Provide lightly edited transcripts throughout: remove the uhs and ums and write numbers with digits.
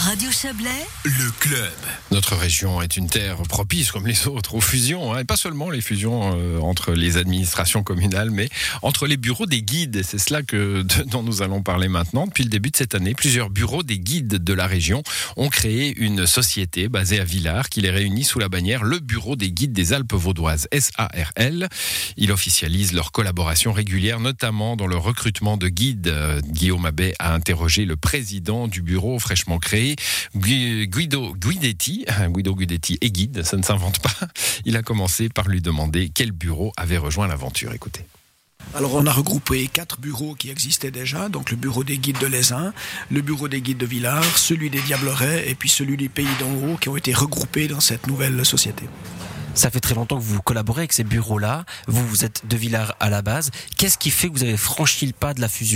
Radio Chablais, le club. Notre région est une terre propice, comme les autres, aux fusions. Et pas seulement les fusions entre les administrations communales, mais entre les bureaux des guides. C'est cela dont nous allons parler maintenant. Depuis le début de cette année, plusieurs bureaux des guides de la région ont créé une société basée à Villars qui les réunit sous la bannière Le Bureau des guides des Alpes vaudoises, SARL. Ils officialisent leur collaboration régulière, notamment dans le recrutement de guides. Guillaume Abbé a interrogé le président du bureau fraîchement créé, Guido Guidetti est guide, ça ne s'invente pas. Il a commencé par lui demander quel bureau avait rejoint l'aventure. Écoutez. Alors on a regroupé 4 bureaux qui existaient déjà, donc le bureau des guides de l'Aisin, le bureau des guides de Villars, celui des Diablerets et puis celui du Pays d'en Haut qui ont été regroupés dans cette nouvelle société. Ça fait très longtemps que vous collaborez avec ces bureaux-là, vous êtes de Villars à la base. Qu'est-ce qui fait que vous avez franchi le pas de la fusion ?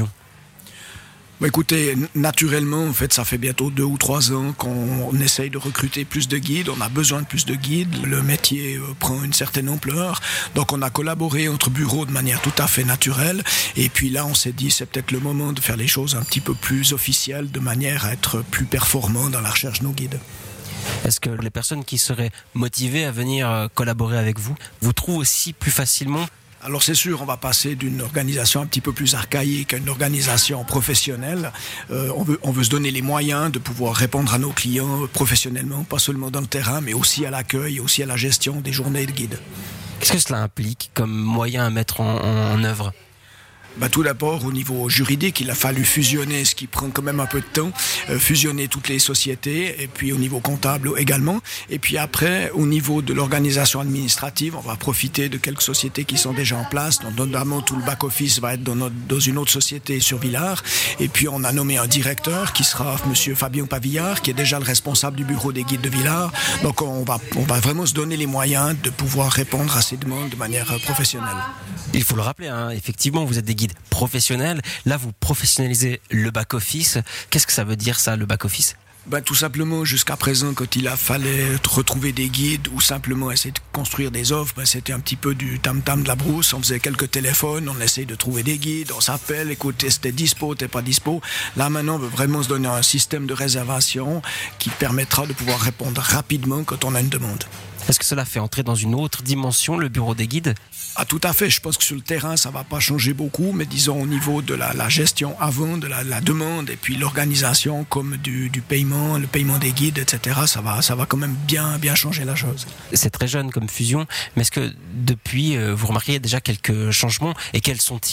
Écoutez, naturellement, en fait, ça fait bientôt 2 ou 3 ans qu'on essaye de recruter plus de guides. On a besoin de plus de guides. Le métier prend une certaine ampleur. Donc, on a collaboré entre bureaux de manière tout à fait naturelle. Et puis là, on s'est dit, c'est peut-être le moment de faire les choses un petit peu plus officielles, de manière à être plus performant dans la recherche de nos guides. Est-ce que les personnes qui seraient motivées à venir collaborer avec vous trouvent aussi plus facilement ? Alors c'est sûr, on va passer d'une organisation un petit peu plus archaïque à une organisation professionnelle. On veut se donner les moyens de pouvoir répondre à nos clients professionnellement, pas seulement dans le terrain, mais aussi à l'accueil, aussi à la gestion des journées de guide. Qu'est-ce que cela implique comme moyen à mettre en œuvre ? Tout d'abord, au niveau juridique, il a fallu fusionner, ce qui prend quand même un peu de temps, fusionner toutes les sociétés, et puis au niveau comptable également. Et puis après, au niveau de l'organisation administrative, on va profiter de quelques sociétés qui sont déjà en place, donc notamment tout le back-office va être dans une autre société sur Villars. Et puis on a nommé un directeur qui sera monsieur Fabien Pavillard, qui est déjà le responsable du bureau des guides de Villars. Donc on va vraiment se donner les moyens de pouvoir répondre à ces demandes de manière professionnelle. Il faut le rappeler, effectivement, vous êtes des guides professionnels. Là, vous professionnalisez le back-office. Qu'est-ce que ça veut dire, ça, le back-office ? Tout simplement, jusqu'à présent, quand il a fallu retrouver des guides ou simplement essayer de construire des offres, c'était un petit peu du tam-tam de la brousse. On faisait quelques téléphones, on essayait de trouver des guides, on s'appelle, écoute, t'es dispo, t'es pas dispo. Là, maintenant, on veut vraiment se donner un système de réservation qui permettra de pouvoir répondre rapidement quand on a une demande. Est-ce que cela fait entrer dans une autre dimension, le bureau des guides ? Tout à fait. Je pense que sur le terrain, ça va pas changer beaucoup, mais disons au niveau de la gestion avant, de la demande et puis l'organisation comme du paiement, le paiement des guides, etc. Ça va quand même bien changer la chose. C'est très jeune comme fusion, mais est-ce que depuis, vous remarquez déjà quelques changements et quels sont-ils ?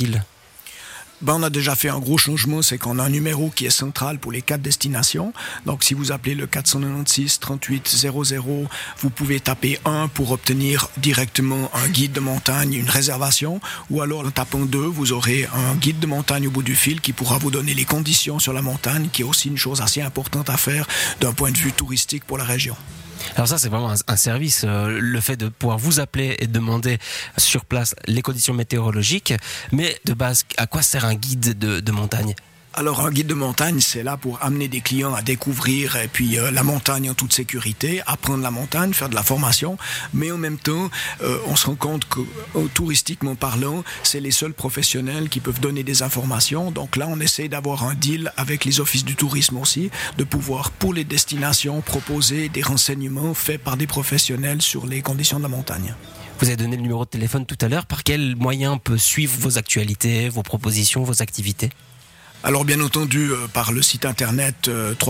On a déjà fait un gros changement, c'est qu'on a un numéro qui est central pour les 4 destinations. Donc si vous appelez le 496 38 00, vous pouvez taper 1 pour obtenir directement un guide de montagne, une réservation, ou alors en tapant 2, vous aurez un guide de montagne au bout du fil qui pourra vous donner les conditions sur la montagne, qui est aussi une chose assez importante à faire d'un point de vue touristique pour la région. Alors ça, c'est vraiment un service, le fait de pouvoir vous appeler et demander sur place les conditions météorologiques. Mais de base, à quoi sert un guide de montagne ? Alors un guide de montagne, c'est là pour amener des clients à découvrir et puis la montagne en toute sécurité, apprendre la montagne, faire de la formation, mais en même temps, on se rend compte que touristiquement parlant, c'est les seuls professionnels qui peuvent donner des informations. Donc là, on essaie d'avoir un deal avec les offices du tourisme aussi, de pouvoir pour les destinations proposer des renseignements faits par des professionnels sur les conditions de la montagne. Vous avez donné le numéro de téléphone tout à l'heure. Par quel moyen on peut suivre vos actualités, vos propositions, vos activités ? Alors bien entendu par le site internet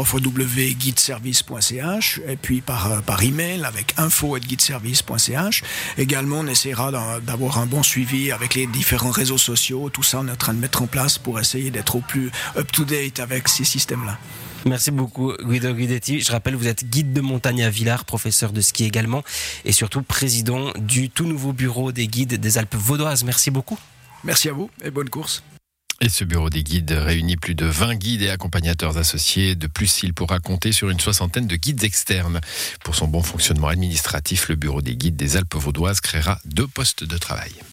www.guideservice.ch et puis par email avec info@guideservice.ch. Également on essaiera d'avoir un bon suivi avec les différents réseaux sociaux. Tout ça on est en train de mettre en place pour essayer d'être au plus up-to-date avec ces systèmes-là. Merci beaucoup Guido Guidetti. Je rappelle, vous êtes guide de montagne à Villars, professeur de ski également et surtout président du tout nouveau bureau des guides des Alpes vaudoises. Merci beaucoup. Merci à vous et bonne course. Et ce bureau des guides réunit plus de 20 guides et accompagnateurs associés. De plus, il pourra compter sur une 60aine de guides externes. Pour son bon fonctionnement administratif, le bureau des guides des Alpes vaudoises créera 2 postes de travail.